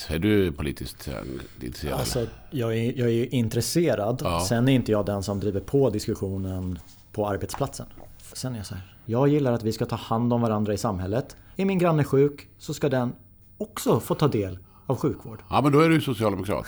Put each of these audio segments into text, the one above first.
Är du politiskt intresserad? Alltså, jag är intresserad. Ja. Sen är inte jag den som driver på diskussionen på arbetsplatsen. Sen är jag så här. Jag gillar att vi ska ta hand om varandra i samhället. Är min granne sjuk så ska den också få ta del av sjukvård. Ja, men då är du socialdemokrat.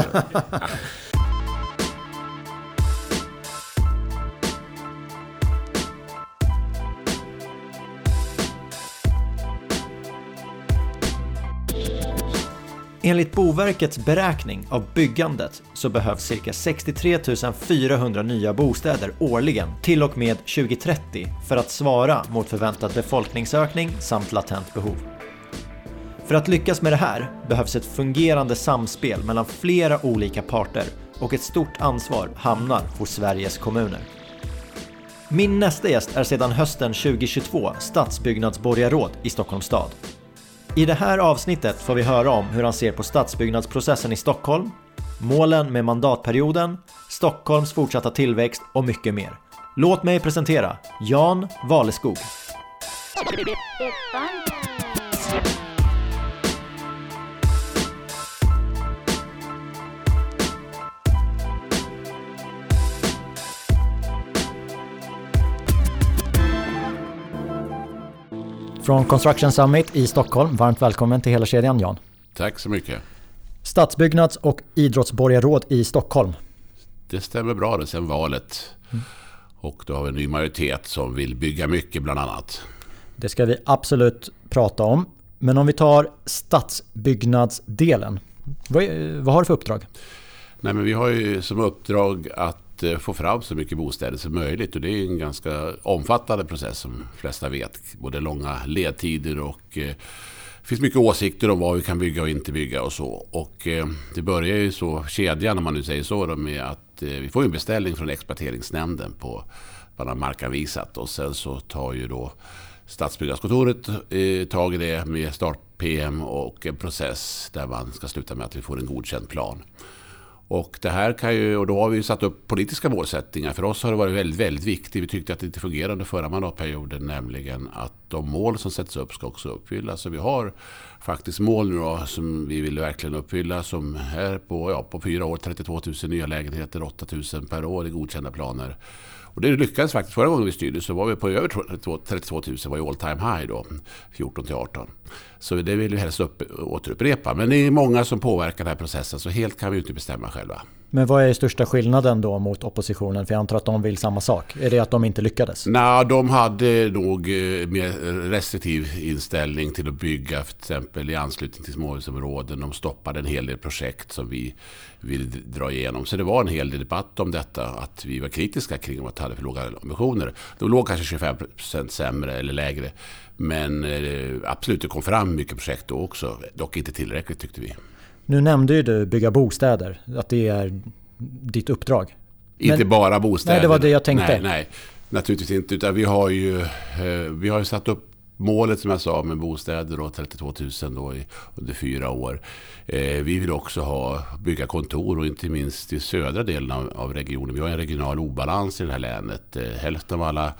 Enligt Boverkets beräkning av byggandet så behövs cirka 63 400 nya bostäder årligen till och med 2030 för att svara mot förväntad befolkningsökning samt latent behov. För att lyckas med det här behövs ett fungerande samspel mellan flera olika parter och ett stort ansvar hamnar hos Sveriges kommuner. Min nästa gäst är sedan hösten 2022 stadsbyggnadsborgarråd i Stockholms stad. I det här avsnittet får vi höra om hur han ser på stadsbyggnadsprocessen i Stockholm, målen med mandatperioden, Stockholms fortsatta tillväxt och mycket mer. Låt mig presentera Jan Valeskog. Från Construction Summit i Stockholm, varmt välkommen till hela kedjan, Jan. Tack så mycket. Stadsbyggnads- och idrottsborgarråd i Stockholm. Det stämmer bra det sen valet. Och då har vi en ny majoritet som vill bygga mycket bland annat. Det ska vi absolut prata om. Men om vi tar stadsbyggnadsdelen. Vad har du för uppdrag? Nej, men vi har ju som uppdrag att få fram så mycket bostäder som möjligt, och det är en ganska omfattande process som de flesta vet. Både långa ledtider och det finns mycket åsikter om vad vi kan bygga och inte bygga och så. Och det börjar ju så, kedjan om man nu säger så, med att vi får en beställning från exploateringsnämnden på vad man har markanvisat, och sen så tar ju då Stadsbyggnadskontoret tag i det med start-PM och en process där man ska sluta med att vi får en godkänd plan. Och det här kan ju, och då har vi satt upp politiska målsättningar. För oss har det varit väldigt, väldigt viktigt. Vi tyckte att det inte fungerade under förra mandatperioden, nämligen att de mål som sätts upp ska också uppfyllas. Så vi har faktiskt mål nu då, som vi vill verkligen uppfylla, som är på 4 år 32 000 nya lägenheter, 8 000 per år i godkända planer. Och det lyckades faktiskt. Förra gången vi styrde så var vi på över 32 000, var i all time high då, 14-18. Så det vill vi helst återupprepa. Men det är många som påverkar den här processen, så helt kan vi inte bestämma själva. Men vad är största skillnaden då mot oppositionen? För jag antar att de vill samma sak. Är det att de inte lyckades? Nej, de hade nog mer restriktiv inställning till att bygga, för exempel i anslutning till småhusområden. De stoppade en hel del projekt som vi vill dra igenom. Så det var en hel del debatt om detta, att vi var kritiska kring att hade för låga ambitioner. De låg kanske 25% sämre eller lägre. Men absolut, det kom fram mycket projekt då också. Dock inte tillräckligt, tyckte vi. Nu nämnde ju du bygga bostäder, att det är ditt uppdrag. Inte bara bostäder. Nej, det var det jag tänkte. Nej, naturligtvis inte. Utan vi har ju satt upp målet, som jag sa, med bostäder då, 32 000 då under 4 år. Vi vill också bygga kontor, och inte minst i södra delen av regionen. Vi har en regional obalans i det här länet. Hälften av alla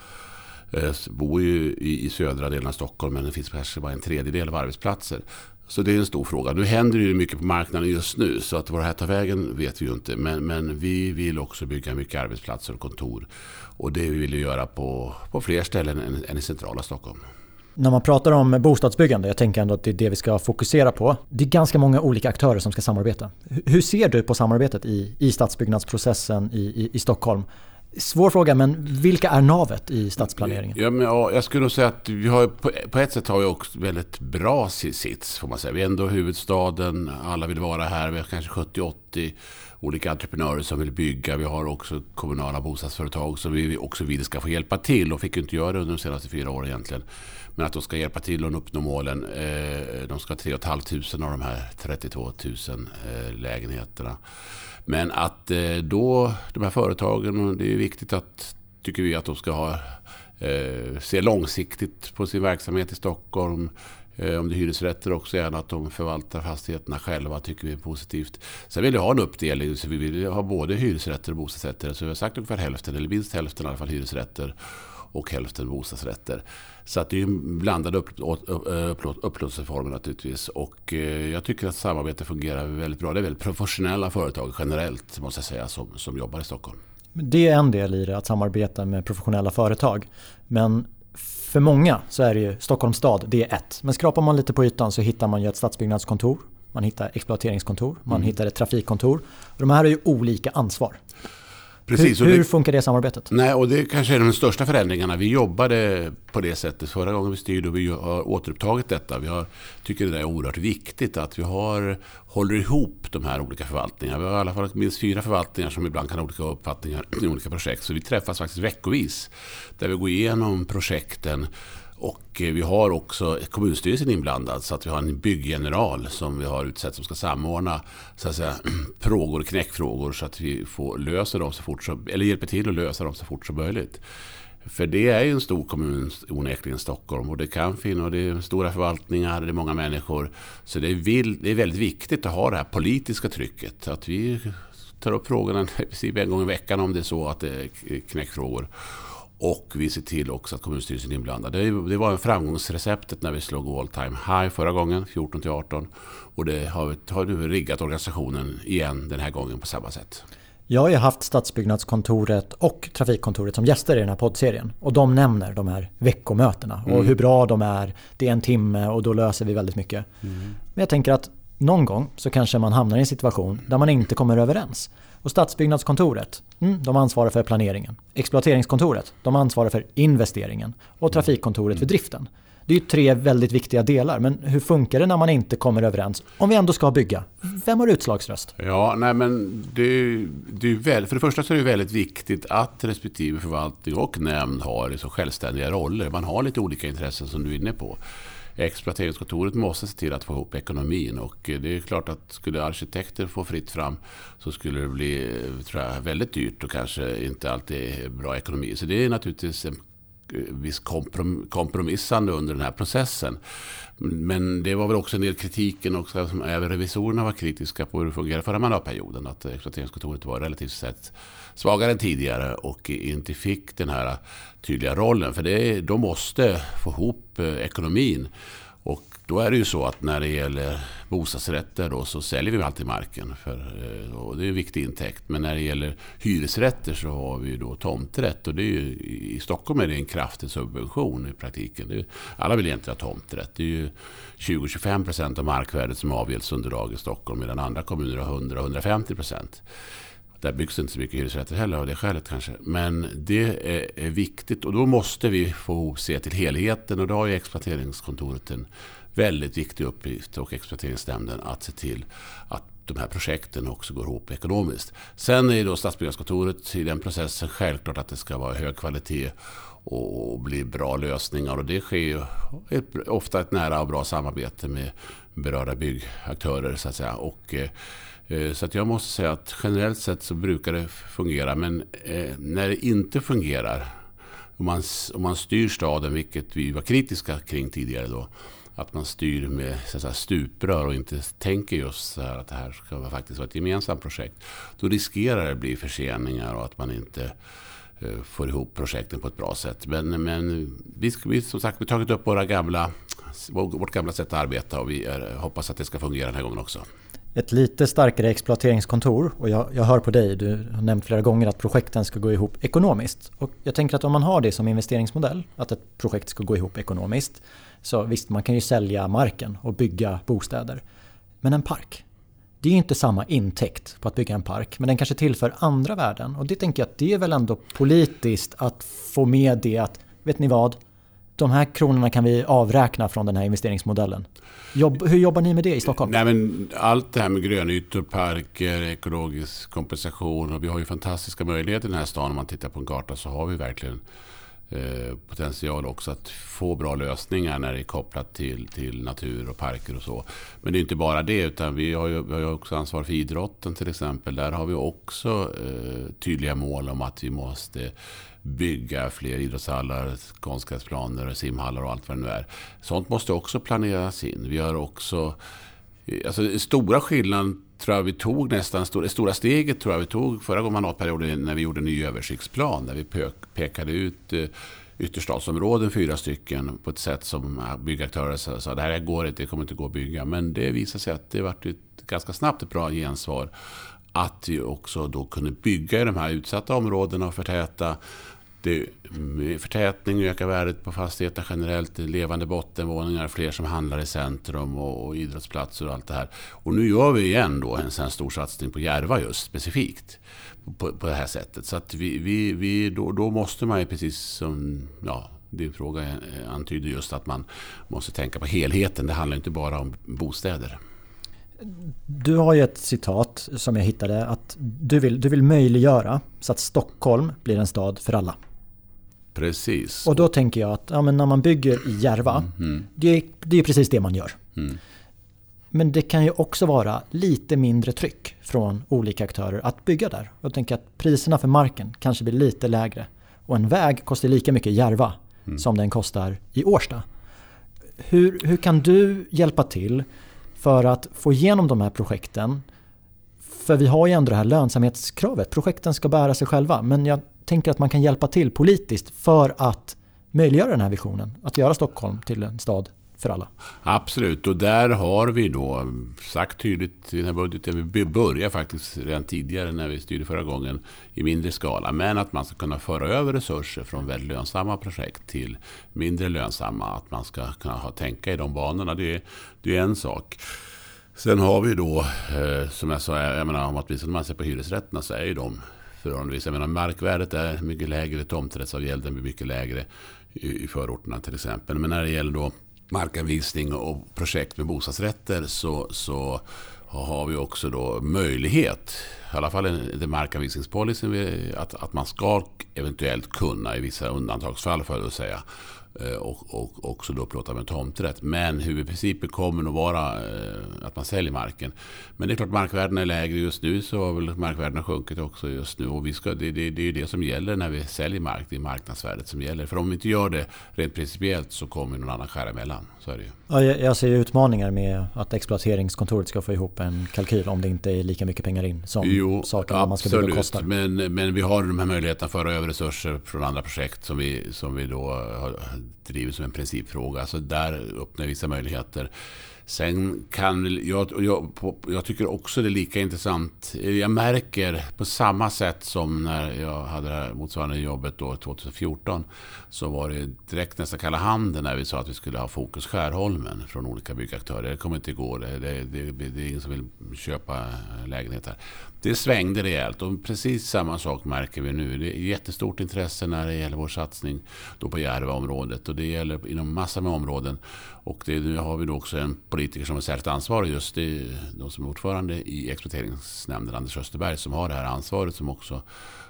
bor ju i södra delen av Stockholm, men det finns kanske bara en tredjedel av arbetsplatser. Så det är en stor fråga. Nu händer det ju mycket på marknaden just nu, så att vad det här tar vägen vet vi ju inte. Men vi vill också bygga mycket arbetsplatser och kontor. Och det vill vi göra på fler ställen än i centrala Stockholm. När man pratar om bostadsbyggande, jag tänker ändå att det är det vi ska fokusera på. Det är ganska många olika aktörer som ska samarbeta. Hur ser du på samarbetet i stadsbyggnadsprocessen i Stockholm? Svår fråga, men vilka är navet i stadsplaneringen? Jag skulle nog säga att vi har, på ett sätt har vi också väldigt bra sits, får man säga. Vi är ändå huvudstaden, alla vill vara här. Vi har kanske 70-80 olika entreprenörer som vill bygga. Vi har också kommunala bostadsföretag som vi också vill ska få hjälpa till, och fick inte göra det under de senaste 4 åren egentligen. Men att de ska hjälpa till att uppnå målen. De ska ha 3 500 av de här 32 000 lägenheterna. Men att då de här företagen, det är viktigt att, tycker vi, att de ska se långsiktigt på sin verksamhet i Stockholm. Om det är hyresrätter också, gärna att de förvaltar fastigheterna själva, tycker vi är positivt. Sen vill vi ha en uppdelning, så vi vill ha både hyresrätter och bostadsrätter. Så vi har sagt ungefär hälften, eller minst hälften i alla fall, hyresrätter. och hälften bostadsrätter. Så att det är en blandad upplåtelseformer naturligtvis. Och jag tycker att samarbetet fungerar väldigt bra. Det är väldigt professionella företag generellt, måste jag säga, som jobbar i Stockholm. Det är en del i det, att samarbeta med professionella företag. Men för många så är det ju Stockholms stad, det är ett. Men skrapar man lite på ytan så hittar man ju ett stadsbyggnadskontor. Man hittar exploateringskontor, man hittar ett trafikkontor. Och de här har ju olika ansvar. Precis, hur funkar det samarbetet? Nej, och det kanske är de största förändringarna. Vi jobbade på det sättet förra gången vi styrde och vi har återupptagit detta. Tycker det är oerhört viktigt att vi håller ihop de här olika förvaltningarna. Vi har i alla fall minst 4 förvaltningar som ibland kan ha olika uppfattningar i olika projekt. Så vi träffas faktiskt veckovis där vi går igenom projekten. Och vi har också kommunstyrelsen inblandad, så att vi har en bygggeneral som vi har utsett som ska samordna, så att säga, knäckfrågor, så att vi löser dem eller hjälper till att lösa dem så fort som möjligt. För det är ju en stor kommun, onekligen Stockholm, och det kan finnas, det är stora förvaltningar, det är många människor. Så det är väldigt viktigt att ha det här politiska trycket, att vi tar upp frågorna en gång i veckan om det är så att det är knäckfrågor. Och vi ser till också att kommunstyrelsen är inblandad. Det var en framgångsreceptet när vi slog all time high förra gången, 14-18. Och det har nu riggat organisationen igen den här gången på samma sätt. Jag har ju haft Stadsbyggnadskontoret och Trafikkontoret som gäster i den här poddserien. Och de nämner de här veckomötena och hur bra de är. Det är 1 timme och då löser vi väldigt mycket. Men jag tänker att någon gång så kanske man hamnar i en situation där man inte kommer överens. Och Stadsbyggnadskontoret, de ansvarar för planeringen. Exploateringskontoret, de ansvarar för investeringen. Och Trafikkontoret för driften. Det är ju 3 väldigt viktiga delar. Men hur funkar det när man inte kommer överens? Om vi ändå ska bygga, vem har utslagsröst? Ja, nej, men för det första så är det väldigt viktigt att respektive förvaltning och nämnd har så självständiga roller. Man har lite olika intressen som du är inne på. Exploateringskontoret måste se till att få ihop ekonomin, och det är klart att skulle arkitekter få fritt fram så skulle det bli, tror jag, väldigt dyrt och kanske inte alltid bra ekonomi. Så det är naturligtvis en viss kompromissande under den här processen. Men det var väl också en del kritiken också, som även revisorerna var kritiska på hur det fungerade förra mandatperioden, att exploateringskontoret var relativt sett svagare än tidigare och inte fick den här tydliga rollen. För de måste få ihop ekonomin. Och då är det ju så att när det gäller bostadsrätter då, så säljer vi alltid marken. Och det är en viktig intäkt. Men när det gäller hyresrätter så har vi då tomträtt. Och det är ju, i Stockholm är det en kraftig subvention i praktiken. Alla vill egentligen ha tomträtt. Det är ju 20-25% av markvärdet som avgäldsunderlag i Stockholm, medan andra kommuner har 100-150%. Där byggs inte så mycket hyresrätter heller av det skälet kanske. Men det är viktigt, och då måste vi få se till helheten, och då har ju exploateringskontoret en väldigt viktig uppgift, och exploateringsnämnden, att se till att de här projekten också går ihop ekonomiskt. Sen är då Stadsbyggnadskontoret i den processen självklart att det ska vara hög kvalitet och bli bra lösningar, och det sker ju ofta ett nära och bra samarbete med berörda byggaktörer, så att säga. Så att jag måste säga att generellt sett så brukar det fungera, men när det inte fungerar, om man styr staden, vilket vi var kritiska kring tidigare då, att man styr med, så att säga, stuprör och inte tänker just så här att det här ska faktiskt vara ett gemensamt projekt, då riskerar det att bli förseningar och att man inte får ihop projekten på ett bra sätt. Men vi som sagt, vi har tagit upp vårt gamla sätt att arbeta, och vi hoppas att det ska fungera den här gången också. Ett lite starkare exploateringskontor, och jag hör på dig, du har nämnt flera gånger att projekten ska gå ihop ekonomiskt. Och jag tänker att om man har det som investeringsmodell, att ett projekt ska gå ihop ekonomiskt, så visst, man kan ju sälja marken och bygga bostäder. Men en park, det är ju inte samma intäkt på att bygga en park, men den kanske tillför andra värden. Och det tänker jag att det är väl ändå politiskt att få med det att, vet ni vad, de här kronorna kan vi avräkna från den här investeringsmodellen. Hur jobbar ni med det i Stockholm? Nej, men allt det här med grönytor, parker, ekologisk kompensation, och vi har ju fantastiska möjligheter i den här stan. Om man tittar på en karta så har vi verkligen potential också att få bra lösningar när det är kopplat till natur och parker och så. Men det är inte bara det, utan vi har ju också ansvar för idrotten till exempel. Där har vi också tydliga mål om att vi måste bygga fler idrottshallar, konstgräsplaner, simhallar och allt vad det nu är. Sånt måste också planeras in. Vi har också, alltså stora skillnaden tror jag vi tog nästan, det stora steget tror jag vi tog förra gången mandatperioden när vi gjorde en ny översiktsplan, där vi pekade ut ytterstadsområden, 4 stycken, på ett sätt som byggaktörer sa det här går inte, det kommer inte gå att bygga. Men det visade sig att det var ganska snabbt ett bra gensvar att vi också då kunde bygga i de här utsatta områdena och förtäta. Förtätning ökar värdet på fastigheter generellt, levande bottenvåningar, fler som handlar i centrum och idrottsplatser och allt det här. Och nu gör vi igen då en stor satsning på Järva just specifikt på det här sättet. Så att då måste man ju, precis som din fråga antyder, just att man måste tänka på helheten. Det handlar inte bara om bostäder. Du har ju ett citat som jag hittade, att du vill möjliggöra så att Stockholm blir en stad för alla. Precis. Och då tänker jag att när man bygger i Järva, det är precis det man gör. Men det kan ju också vara lite mindre tryck från olika aktörer att bygga där. Jag tänker att priserna för marken kanske blir lite lägre. Och en väg kostar lika mycket i Järva som den kostar i Årsta. Hur kan du hjälpa till för att få igenom de här projekten? För vi har ju ändå det här lönsamhetskravet. Projekten ska bära sig själva. Men jag tänker att man kan hjälpa till politiskt för att möjliggöra den här visionen. Att göra Stockholm till en stad för alla. Absolut, och där har vi då sagt tydligt i den här budgeten, vi börjar faktiskt redan tidigare när vi styrde förra gången i mindre skala, men att man ska kunna föra över resurser från väldigt lönsamma projekt till mindre lönsamma, att man ska kunna tänka i de banorna, det är en sak. Sen har vi då, som jag sa, om att när man ser på hyresrätterna så är ju de förhållandevis, markvärdet är mycket lägre, tomträttsavgälden blir mycket lägre i förorterna till exempel, men när det gäller då markanvisning och projekt med bostadsrätter så har vi också då möjlighet, i alla fall i markanvisningspolicyn, att man ska eventuellt kunna i vissa undantagsfall, för att säga, och också då upplåta med tomträtt. Men huvudprincipen kommer att vara att man säljer marken. Men det är klart, markvärdena är lägre just nu, så har väl markvärdena sjunkit också just nu. Och det är ju det som gäller när vi säljer mark, det är marknadsvärdet som gäller. För om vi inte gör det rent principiellt så kommer någon annan skära emellan. Så är det ju. Ja, jag ser utmaningar med att exploateringskontoret ska få ihop en kalkyl om det inte är lika mycket pengar in som sakerna man ska bygga och kostar. Men vi har de här möjligheterna att föra över resurser från andra projekt som vi då har drivit som en principfråga. Så där öppnar vissa möjligheter. Sen kan jag tycker också det är lika intressant. Jag märker på samma sätt som när jag hade det här motsvarande jobbet då 2014, så var det direkt nästan kalla handen när vi sa att vi skulle ha fokus Skärholmen från olika byggaktörer. Det kommer inte gå. Det är ingen som vill köpa lägenheter. Det svängde rejält, och precis samma sak märker vi nu. Det är jättestort intresse när det gäller vår satsning då på Järvaområdet, och det gäller inom massor med områden. Och nu har vi då också en politiker som är särskilt ansvarig, just de som är ordförande i exploateringsnämnden, Anders Österberg, som har det här ansvaret, som också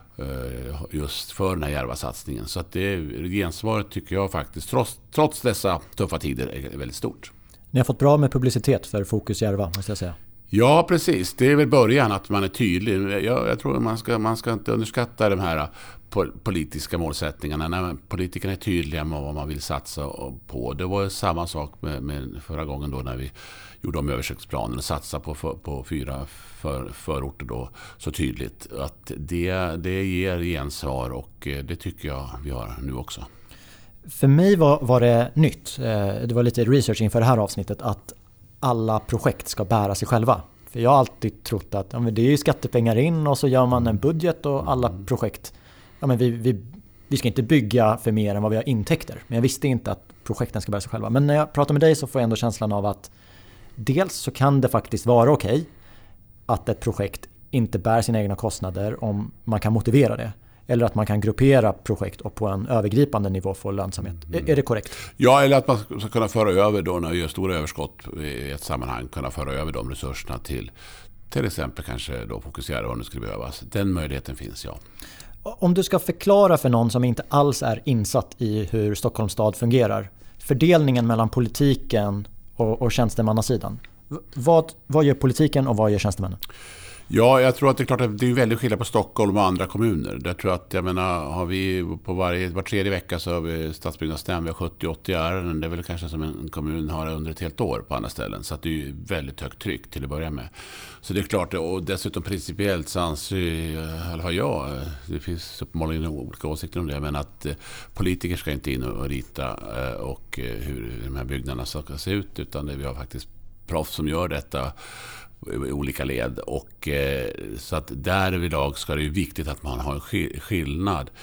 just för den här Järva-satsningen. Så att det gensvaret tycker jag faktiskt, trots dessa tuffa tider, är väldigt stort. Ni har fått bra med publicitet för Fokus Järva, måste jag säga. Ja, precis. Det är väl början att man är tydlig. Jag tror man ska inte underskatta de här politiska målsättningarna. När politikerna är tydliga med vad man vill satsa på. Det var samma sak med förra gången då när vi gjorde om översiktsplanen och satsade på 4 förorter då så tydligt. Att det ger gensvar, och det tycker jag vi har nu också. För mig var det nytt. Det var lite research inför det här avsnittet att alla projekt ska bära sig själva. För jag har alltid trott att det är ju skattepengar in, och så gör man en budget, och alla projekt, vi ska inte bygga för mer än vad vi har intäkter. Men jag visste inte att projekten ska bära sig själva. Men när jag pratar med dig så får jag ändå känslan av att dels så kan det faktiskt vara okej att ett projekt inte bär sina egna kostnader om man kan motivera det. Eller att man kan gruppera projekt och på en övergripande nivå få lönsamhet. Är det korrekt? Ja, eller att man ska kunna föra över då, när vi gör stora överskott i ett sammanhang, kunna föra över de resurserna till exempel kanske då fokusera vad det skulle behövas. Den möjligheten finns, ja. Om du ska förklara för någon som inte alls är insatt i hur Stockholms stad fungerar, fördelningen mellan politiken och tjänstemannasidan. Vad gör politiken och vad gör tjänstemännen? Ja, jag tror att det är klart att det är väldigt skillnad på Stockholm och andra kommuner. Där tror jag att, jag menar, har vi på var tredje vecka så har vi stadsbyggnadsnämnd, vi har 70-80 ärenden. Det är väl kanske som en kommun har under ett helt år på andra ställen. Så att det är ju väldigt högt tryck till att börja med. Så det är klart, och dessutom principiellt så anser jag, det finns uppenbarligen olika åsikter om det, men att politiker ska inte in och rita och hur de här byggnaderna ska se ut, utan det vi har faktiskt proffs som gör detta i olika led, och så att därvidlag ska det ju viktigt att man har en skillnad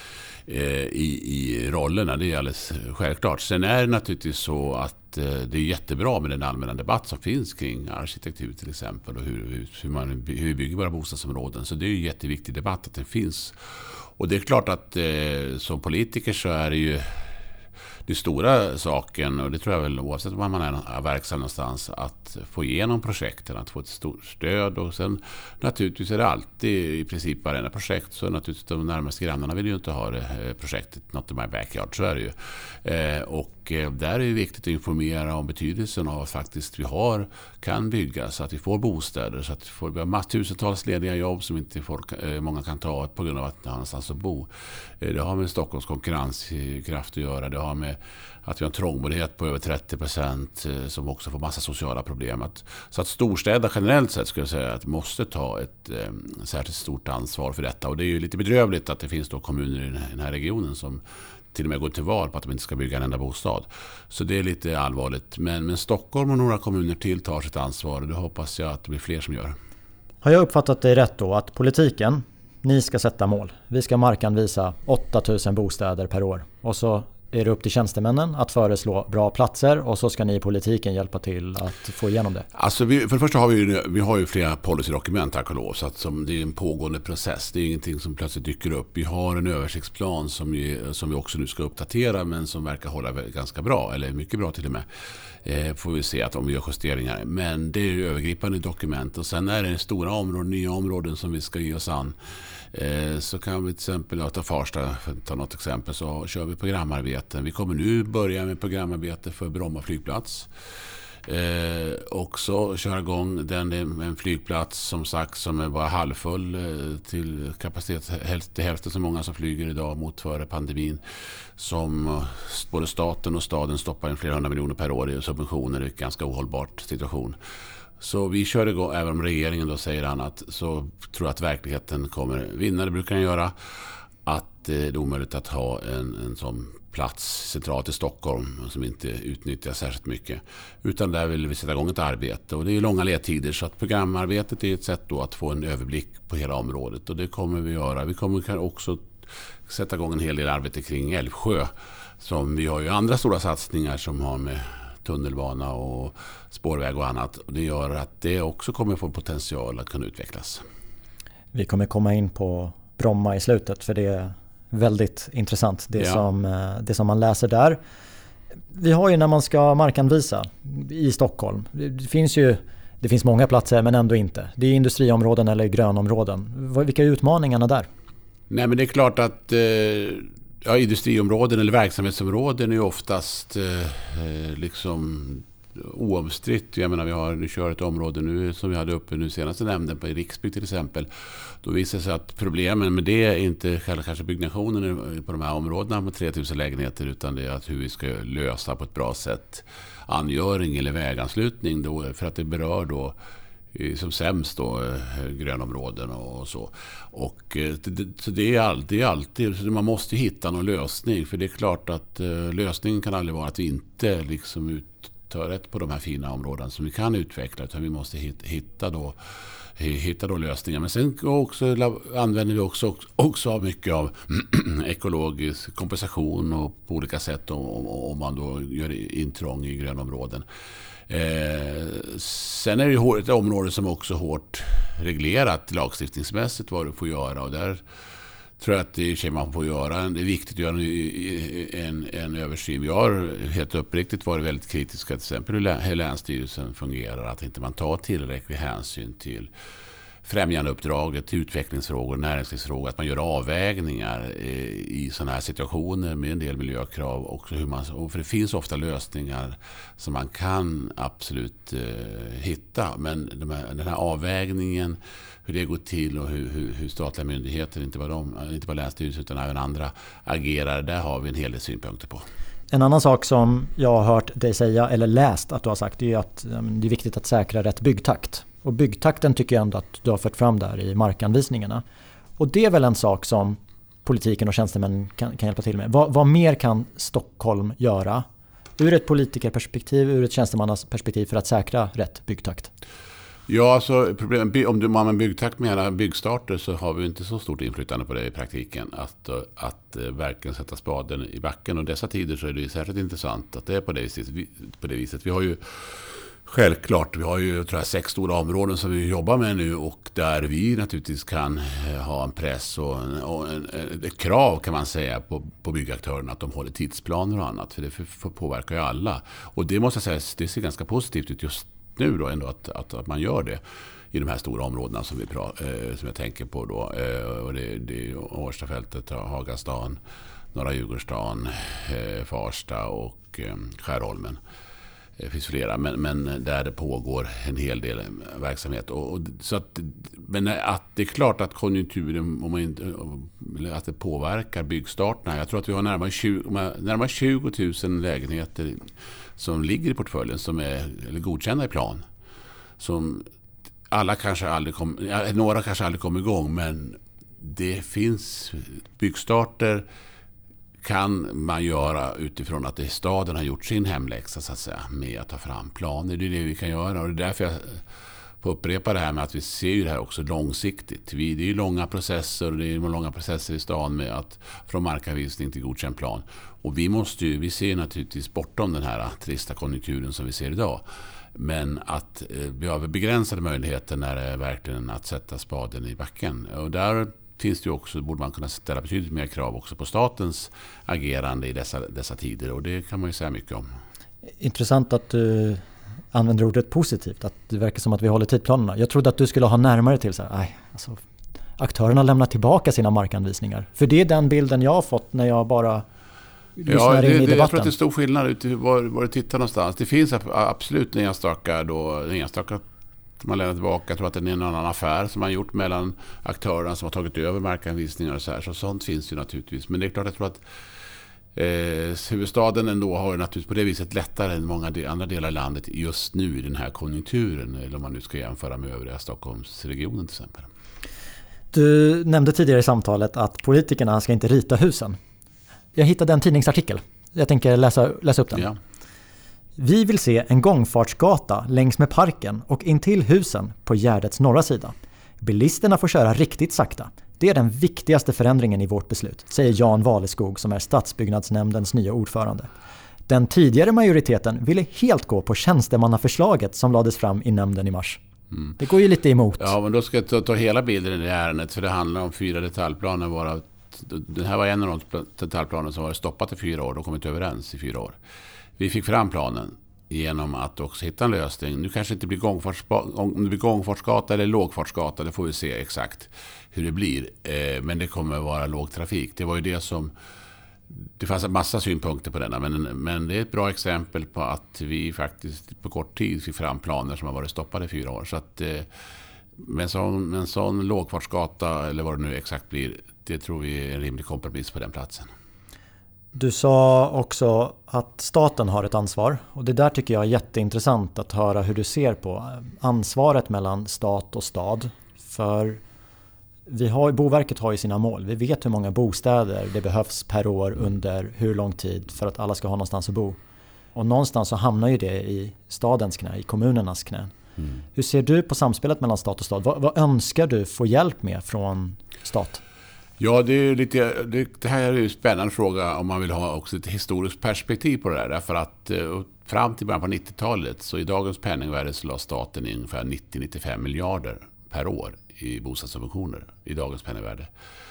i rollerna, det är alldeles självklart. Sen är det naturligtvis så att det är jättebra med den allmänna debatt som finns kring arkitektur till exempel och hur vi bygger våra bostadsområden, så det är ju en jätteviktig debatt att den finns. Och det är klart att som politiker så är det ju det stora saken, och det tror jag väl oavsett var man är verksam någonstans, att få igenom projekten, att få ett stort stöd. Och sen naturligtvis är det alltid i princip varenda projekt, så naturligtvis de närmaste grannarna vill ju inte ha det projektet Not in my backyard, så är det ju. Och där är det viktigt att informera om betydelsen av att faktiskt vi kan bygga så att vi får bostäder, så att vi har tusentals lediga jobb som inte många kan ta på grund av att de har någonstans att bo. Det har med Stockholms konkurrenskraft att göra, det har med att vi har en trångboddhet på över 30% som också får massa sociala problem. Så att storstäder generellt sett skulle jag säga att måste ta ett särskilt stort ansvar för detta. Och det är ju lite bedrövligt att det finns då kommuner i den här regionen som till och med går till val på att de inte ska bygga en enda bostad. Så det är lite allvarligt. Men Stockholm och några kommuner till tar sitt ansvar, och det hoppas jag att det blir fler som gör. Har jag uppfattat det rätt då att politiken, ni ska sätta mål? Vi ska markanvisa 8000 bostäder per år, och så är det upp till tjänstemännen att föreslå bra platser, och så ska ni i politiken hjälpa till att få igenom det? Alltså för det första har vi flera policydokument, tack och lov, så att det är en pågående process. Det är ingenting som plötsligt dyker upp. Vi har en översiktsplan som vi också nu ska uppdatera, men som verkar hålla ganska bra, eller mycket bra till och med. Får vi se att om vi gör justeringar. Men det är ju övergripande dokument, och sen är det stora områden, nya områden som vi ska ge oss an. Så kan vi till exempel ta Farsta, för att ta något exempel, så kör vi programarbeten. Vi kommer nu börja med programarbete för Bromma flygplats. Och så köra igång en flygplats som sagt som är bara halvfull till kapacitet till hälften så många som flyger idag mot före pandemin, som både staten och staden stoppar in flera 100 miljoner per år i subventioner. Det är en ganska ohållbart situation. Så vi kör igång, även om regeringen då säger annat, så tror jag att verkligheten kommer vinna, det brukar den göra, att det är omöjligt att ha en sån plats centralt i Stockholm som inte utnyttjas särskilt mycket, utan där vill vi sätta igång ett arbete, och det är långa ledtider, så att programarbetet är ett sätt då att få en överblick på hela området, och det kommer vi göra. Vi kommer också sätta igång en hel del arbete kring Älvsjö, som vi har ju andra stora satsningar som har med tunnelbana och spårväg och annat, och det gör att det också kommer få potential att kunna utvecklas. Vi kommer komma in på Bromma i slutet, för det är väldigt intressant det som man läser där. Vi har ju när man ska markanvisa i Stockholm, det finns många platser men ändå inte. Det är industriområden eller grönområden. Vilka är utmaningarna där? Nej, men det är klart att industriområden eller verksamhetsområden är oftast liksom oomstritt. Jag menar, vi kör ett område nu som vi hade uppe nu senaste nämnden på Riksbygg till exempel. Då visar det sig att problemen med det är inte själva kanske byggnationen på de här områdena med 3000 lägenheter, utan det är att hur vi ska lösa på ett bra sätt angöring eller väganslutning då, för att det berör då som sämst då grönområden och så. Och så det är alltid så man måste hitta någon lösning, för det är klart att lösningen kan aldrig vara att vi inte liksom tar rätt på de här fina områden som vi kan utveckla, utan vi måste hitta då lösningar. Men sen också använder vi också mycket av ekologisk kompensation och på olika sätt om man då gör intrång i grönområden. Sen är det ju ett område som också är hårt reglerat lagstiftningsmässigt vad du får göra, och där tror jag att det är man får göra. Det är viktigt att göra en översyn. Vi har helt uppriktigt varit väldigt kritiska till exempel hur Länsstyrelsen fungerar, att inte man tar tillräcklig hänsyn till främjandeuppdraget, utvecklingsfrågor, näringslivsfrågor, att man gör avvägningar i sådana här situationer med en del miljökrav. Och för det finns ofta lösningar som man kan absolut hitta, men den här avvägningen, hur det går till och hur statliga myndigheter, inte bara Länsstyrelsen utan även andra agerar, där har vi en hel del synpunkter på. En annan sak som jag har hört dig säga eller läst att du har sagt är att det är viktigt att säkra rätt byggtakt. Och byggtakten tycker jag ändå att du har fört fram där i markanvisningarna. Och det är väl en sak som politiken och tjänstemän kan hjälpa till med. Vad mer kan Stockholm göra ur ett politikerperspektiv, ur ett tjänstemannaperspektiv för att säkra rätt byggtakt? Ja, alltså om man med byggtakt menar byggstarter, så har vi inte så stort inflytande på det i praktiken. Att verkligen sätta spaden i backen. Och dessa tider så är det ju särskilt intressant att det är på det viset. Vi har ju självklart, tror jag 6 stora områden som vi jobbar med nu, och där vi naturligtvis kan ha en press och ett krav, kan man säga, på byggaktörerna att de håller tidsplaner och annat. För det påverkar ju alla. Och det måste jag säga, det ser ganska positivt ut just nu då ändå att man gör det i de här stora områdena som jag tänker på då. Och det är Årstafältet, Hagastan, Norra Djurgårdsstaden, Farsta och Skärholmen. Det finns flera, men där det pågår en hel del verksamhet. Men att det är klart att konjunkturen, att det påverkar byggstarterna. Jag tror att vi har närmare 20 000 lägenheter som ligger i portföljen som är godkända i plan. Som några kanske aldrig kommer igång, men det finns byggstarter kan man göra utifrån att staden har gjort sin hemläxa, så att säga, med att ta fram planer. Det är det vi kan göra, och det är därför jag får upprepa det här med att vi ser ju det här också långsiktigt. Det är ju långa processer i stan med att från markanvisning till godkänd plan. Och vi ser naturligtvis bortom den här trista konjunkturen som vi ser idag. Men att vi har begränsade möjligheter när det är verkligen att sätta spaden i backen. Och där finns det ju också, borde man kunna ställa betydligt mer krav också på statens agerande i dessa tider, och det kan man ju säga mycket om. Intressant att du använder ordet positivt, att det verkar som att vi håller tidplanerna. Jag trodde att du skulle ha närmare till så här, aktörerna lämnar tillbaka sina markanvisningar. För det är den bilden jag har fått när jag bara lyssnar in i debatten. Jag tror att det är stor skillnad ute var du tittar någonstans. Det finns absolut enstaka man lämnar tillbaka. Jag tror att det är någon annan affär som man gjort mellan aktörerna som har tagit över markanvisningar och så här. Så sånt finns ju naturligtvis. Men det är klart, jag tror att huvudstaden ändå har naturligtvis på det viset lättare än många andra delar av landet just nu i den här konjunkturen. Eller om man nu ska jämföra med övriga Stockholmsregionen till exempel. Du nämnde tidigare i samtalet att politikerna ska inte rita husen. Jag hittade en tidningsartikel. Jag tänker läsa upp den. Ja. Vi vill se en gångfartsgata längs med parken och intill husen på Gärdets norra sida. Bilisterna får köra riktigt sakta. Det är den viktigaste förändringen i vårt beslut, säger Jan Valeskog som är stadsbyggnadsnämndens nya ordförande. Den tidigare majoriteten ville helt gå på tjänstemannaförslaget som lades fram i nämnden i mars. Det går ju lite emot. Ja, men då ska jag ta hela bilden i det här ärendet, för det handlar om 4 detaljplaner. Den här var en av de detaljplaner som var stoppat i 4 år. De kom inte överens i 4 år. Vi fick fram planen genom att också hitta en lösning. Nu kanske inte blir om det blir gångfartsgata eller lågfartsgata, det får vi se exakt hur det blir. Men det kommer vara låg trafik. Det var ju det som... Det fanns en massa synpunkter på denna, men det är ett bra exempel på att vi faktiskt på kort tid fick fram planer som har varit stoppade i 4 år. Så att med en sån lågfartsgata, eller vad det nu exakt blir, det tror vi är en rimlig kompromiss på den platsen. Du sa också att staten har ett ansvar, och det där tycker jag är jätteintressant att höra hur du ser på ansvaret mellan stat och stad. För Boverket har ju sina mål. Vi vet hur många bostäder det behövs per år under hur lång tid för att alla ska ha någonstans att bo. Och någonstans så hamnar ju det i stadens knä, i kommunernas knä. Hur ser du på samspelet mellan stat och stad? Vad önskar du få hjälp med från stat? Ja, det här är ju en spännande fråga om man vill ha också ett historiskt perspektiv på det där. Därför att fram till början på 90-talet, så i dagens penningvärde, så la staten in ungefär 90-95 miljarder per år i bostadssubventioner i dagens penningvärde.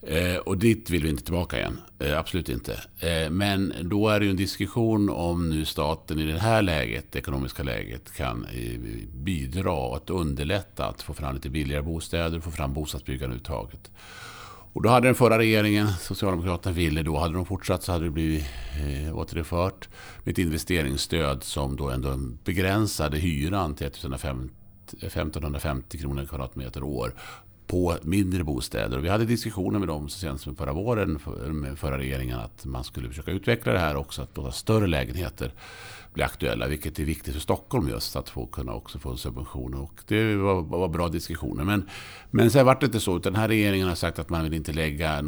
Och dit vill vi inte tillbaka igen. Absolut inte. Men då är det ju en diskussion om nu staten i det här läget, det ekonomiska läget, kan bidra att underlätta att få fram lite billigare bostäder, få fram bostadsbyggande uttaget. Och då hade den förra regeringen, Socialdemokraterna ville då, hade de fortsatt så hade det blivit återinfört med ett investeringsstöd som då ändå begränsade hyran till 1550 kronor kvadratmeter år på mindre bostäder. Och vi hade diskussioner med dem så sent som förra våren med förra regeringen att man skulle försöka utveckla det här också, att låta större lägenheter bli aktuella, vilket är viktigt för Stockholm just, att kunna också få subventioner. Och det var bra diskussioner. Men sen var det inte så, utan den här regeringen har sagt att man vill inte lägga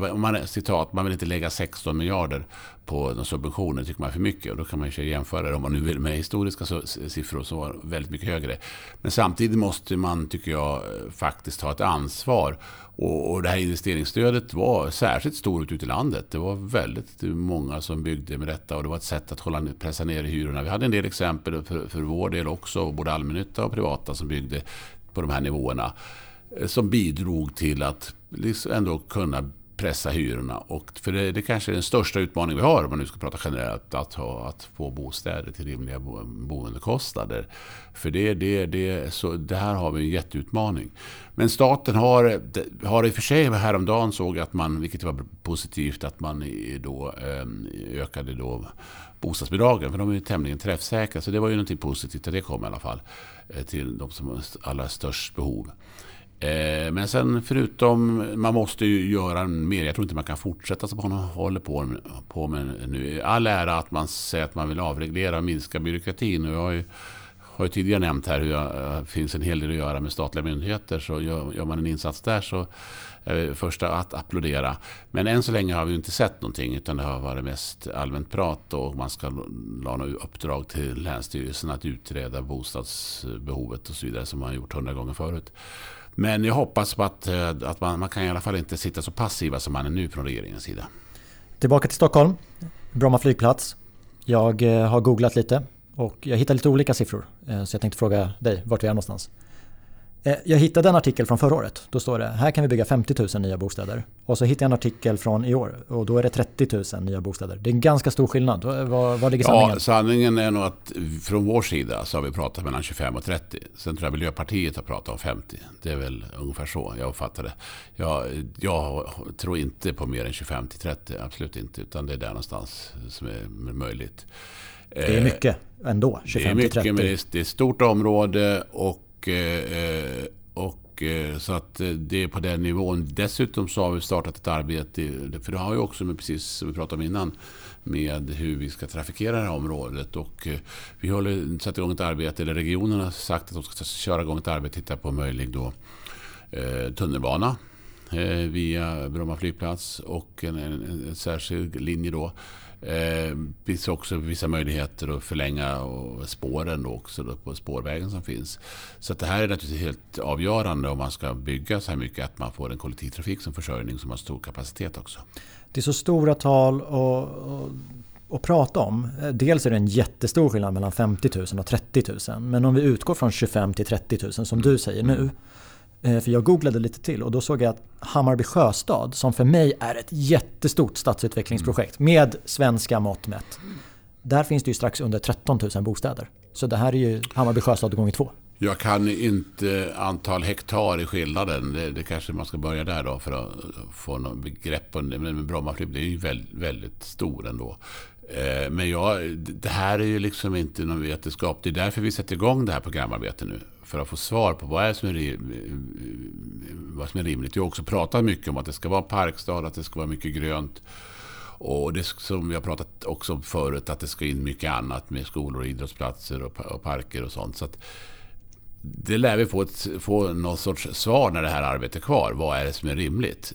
man vill inte lägga 16 miljarder på de subventioner, tycker man är för mycket. Och då kan man ju jämföra det om man nu vill med historiska siffror som var väldigt mycket högre. Men samtidigt måste man, tycker jag, faktiskt ta ett ansvar. Och det här investeringsstödet var särskilt stort ute i landet. Det var väldigt många som byggde med detta och det var ett sätt att pressa ner hyrorna. Vi hade en del exempel för vår del också, både allmännytta och privata som byggde på de här nivåerna, som bidrog till att liksom ändå kunna pressa hyrorna. Och för det kanske är den största utmaningen vi har, om man nu ska prata generellt, att få bostäder till rimliga boendekostnader. För det här har vi en jätteutmaning. Men staten har i och för sig häromdagen såg att man, vilket var positivt, att man då ökade då bostadsbidragen, för de är ju tämligen träffsäkra, så det var ju någonting positivt att det kom i alla fall till de som har allra störst behov. Men sen förutom, man måste ju göra mer. Jag tror inte man kan fortsätta som man håller på med nu. All ära att man säger att man vill avreglera och minska byråkratin. Och jag har ju tidigare nämnt här hur det finns en hel del att göra med statliga myndigheter. Så gör man en insats där så är det första att applådera. Men än så länge har vi inte sett någonting, utan det har varit mest allmänt prat och man ska lämna uppdrag till Länsstyrelsen att utreda bostadsbehovet och så vidare, som man har gjort 100 gånger förut. Men jag hoppas på att man kan i alla fall inte sitta så passiva som man är nu från regeringens sida. Tillbaka till Stockholm, Bromma flygplats. Jag har googlat lite och jag hittade lite olika siffror. Så jag tänkte fråga dig vart vi är någonstans. Jag hittade en artikel från förra året. Då står det, här kan vi bygga 50 000 nya bostäder. Och så hittade jag en artikel från i år och då är det 30 000 nya bostäder. Det är en ganska stor skillnad. Vad ligger sanningen? Ja, sanningen är nog att från vår sida så har vi pratat mellan 25 och 30. Sen tror jag Miljöpartiet har pratat om 50. Det är väl ungefär så jag uppfattar det. Jag tror inte på mer än 25 till 30, absolut inte. Utan det är där någonstans som är möjligt. Det är mycket ändå, 25 till 30. Det är mycket, men det är ett stort område och så att det är på den nivån. Dessutom så har vi startat ett arbete, för det har ju också med, precis som vi pratade om innan, med hur vi ska trafikera det här området, och vi har satt igång ett arbete, eller regionen har sagt att de ska köra igång ett arbete, titta på möjlig då tunnelbana via Bromma flygplats och en särskild linje då. Det finns också vissa möjligheter att förlänga spåren då också då på spårvägen som finns. Så att det här är naturligtvis helt avgörande om man ska bygga så här mycket, att man får en kollektivtrafik som försörjning som har stor kapacitet också. Det är så stora tal att prata om. Dels är det en jättestor skillnad mellan 50 000 och 30 000. Men om vi utgår från 25 till 30 000 som du säger nu. För jag googlade lite till och då såg jag att Hammarby Sjöstad, som för mig är ett jättestort stadsutvecklingsprojekt med svenska mått mätt. Där finns det ju strax under 13 000 bostäder. Så det här är ju Hammarby Sjöstad gånger 2. Jag kan inte antal hektar i skillnaden. Det kanske man ska börja där då för att få någon begrepp på det. Men Bromma flygplats är ju väldigt, väldigt stor ändå. Men det här är ju liksom inte någon vetenskap. Det är därför vi sätter igång det här programarbetet nu. För att få svar på vad som är rimligt. Jag har också pratat mycket om att det ska vara parkstad, att det ska vara mycket grönt. Och det som vi har pratat också om förut, att det ska in mycket annat med skolor, idrottsplatser och parker och sånt. Så att det lär vi få någon sorts svar när det här arbetet är kvar. Vad är det som är rimligt?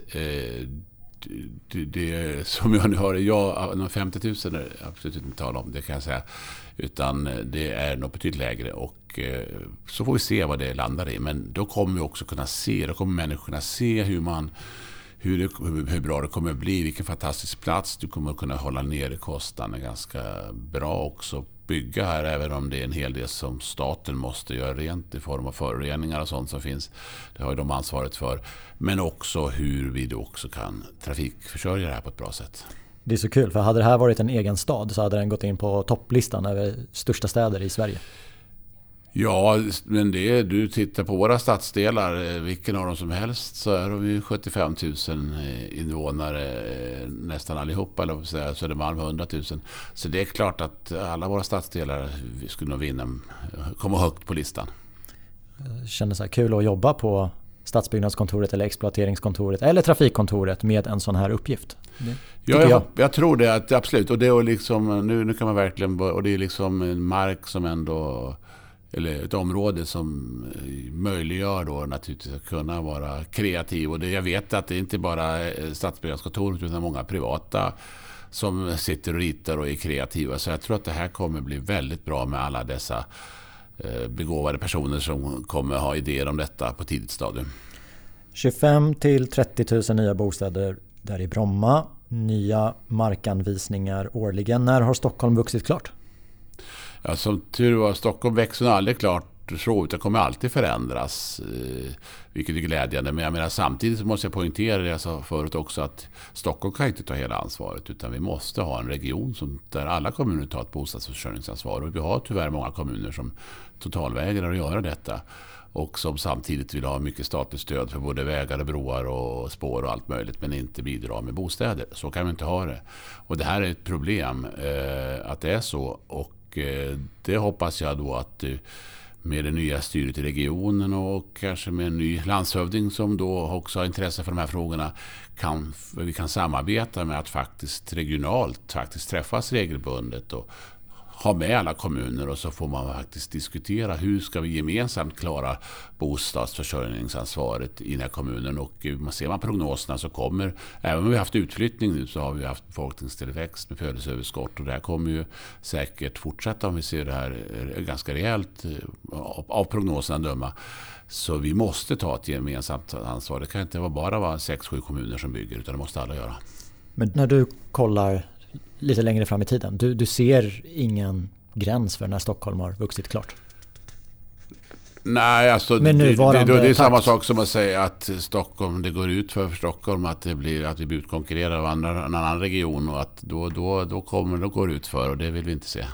Det som jag nu hör, 50 000 är absolut inte tal om, det kan jag säga. Utan det är nog betydligt lägre, och så får vi se vad det landar i. Men då kommer vi också kunna se, då kommer människor kunna se hur bra det kommer att bli, vilken fantastisk plats. Du kommer att kunna hålla ner kostnaderna ganska bra också bygga här, även om det är en hel del som staten måste göra rent i form av föroreningar och sånt som finns. Det har ju de ansvaret för. Men också hur vi då också kan trafikförsörja det här på ett bra sätt. Det är så kul, för hade det här varit en egen stad så hade den gått in på topplistan över största städer i Sverige. Ja, men du tittar på våra stadsdelar, vilken av dem som helst, så är de ju 75 000 invånare nästan allihopa, eller så Södermalm 100 000. Så det är klart att alla våra stadsdelar skulle nog komma högt på listan. Jag känner så här, kul att jobba på stadsbyggnadskontoret eller exploateringskontoret eller trafikkontoret med en sån här uppgift. Jag tror det, att absolut. Och det är liksom, nu kan man verkligen, och det är liksom en mark som ändå, eller ett område som möjliggör då naturligtvis att kunna vara kreativ. Och jag vet att det inte bara är stadsbyggnadskontoret utan många privata som sitter och ritar och är kreativa. Så jag tror att det här kommer bli väldigt bra med alla dessa begåvade personer som kommer ha idéer om detta på tidigt stadium. 25 till 30 000 nya bostäder där i Bromma. Nya markanvisningar årligen. När har Stockholm vuxit klart? Ja, som tur var, Stockholm växer aldrig klart så, utan kommer alltid förändras, vilket är glädjande. Men jag menar, samtidigt så måste jag poängtera det jag sa förut också, att Stockholm kan inte ta hela ansvaret, utan vi måste ha en region där alla kommuner tar ett bostadsförsörjningsansvar. Och vi har tyvärr många kommuner som totalvägrar att göra detta och som samtidigt vill ha mycket statligt stöd för både vägar och broar och spår och allt möjligt, men inte bidra med bostäder. Så kan vi inte ha det. Och det här är ett problem, att det är så, och det hoppas jag då att med det nya styret i regionen och kanske med en ny landshövding som då också har intresse för de här frågorna, vi kan samarbeta med att faktiskt regionalt träffas regelbundet och ha med alla kommuner, och så får man faktiskt diskutera hur ska vi gemensamt klara bostadsförsörjningsansvaret i den här kommunen. Och ser man prognoserna så kommer, även om vi har haft utflyttning nu, så har vi haft befolkningstillväxt med födelseöverskott, och det här kommer ju säkert fortsätta om vi ser det här ganska rejält av prognoserna döma. Så vi måste ta ett gemensamt ansvar. Det kan inte bara vara 6-7 kommuner som bygger, utan det måste alla göra. Men när du kollar lite längre fram i tiden, du ser ingen gräns för när Stockholm har vuxit klart? Nej, alltså det är samma sak som att säga att Stockholm, det går ut för Stockholm att vi blir utkonkurrerade av en annan region, och att då går det ut för, och det vill vi inte se.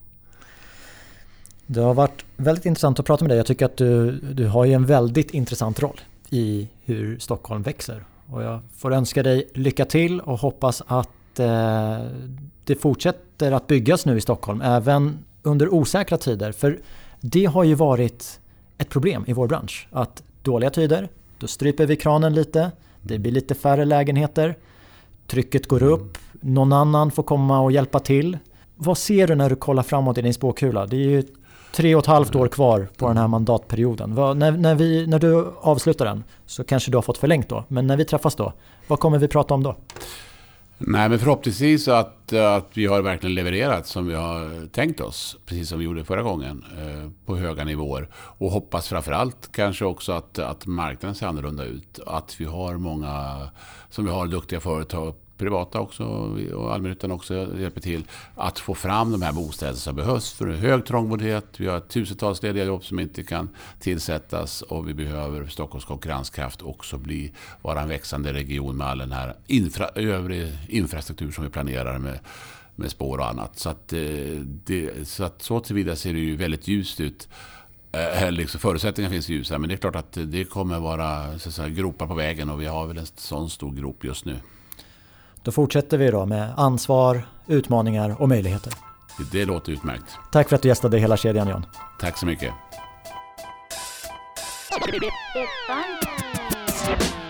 Det har varit väldigt intressant att prata med dig. Jag tycker att du har ju en väldigt intressant roll i hur Stockholm växer, och jag får önska dig lycka till och hoppas att det fortsätter att byggas nu i Stockholm även under osäkra tider, för det har ju varit ett problem i vår bransch, att dåliga tider, då stryper vi kranen lite, det blir lite färre lägenheter, trycket går upp, någon annan får komma och hjälpa till. Vad ser du när du kollar framåt i din spåkula? Det är ju 3,5 år kvar på den här mandatperioden. När du avslutar den så kanske du har fått förlängt då, men när vi träffas då, vad kommer vi prata om då? Nej, men förhoppningsvis att vi har verkligen levererat som vi har tänkt oss, precis som vi gjorde förra gången, på höga nivåer. Och hoppas framförallt kanske också att marknaden ser annorlunda ut. Att vi har många, som vi har duktiga företag, privata också och allmännyttan också hjälper till att få fram de här bostäder som behövs för hög trångboddhet. Vi har tusentals lediga jobb som inte kan tillsättas, och vi behöver Stockholms konkurrenskraft också vara en växande region med all den här övrig infrastruktur som vi planerar med spår och annat. Så tillvida ser det ju väldigt ljust ut. Liksom förutsättningar finns ljusa, men det är klart att det kommer vara så att säga, gropar på vägen, och vi har väl en sån stor grop just nu. Då fortsätter vi då med ansvar, utmaningar och möjligheter. Det låter utmärkt. Tack för att du gästade hela kedjan, Jan. Tack så mycket.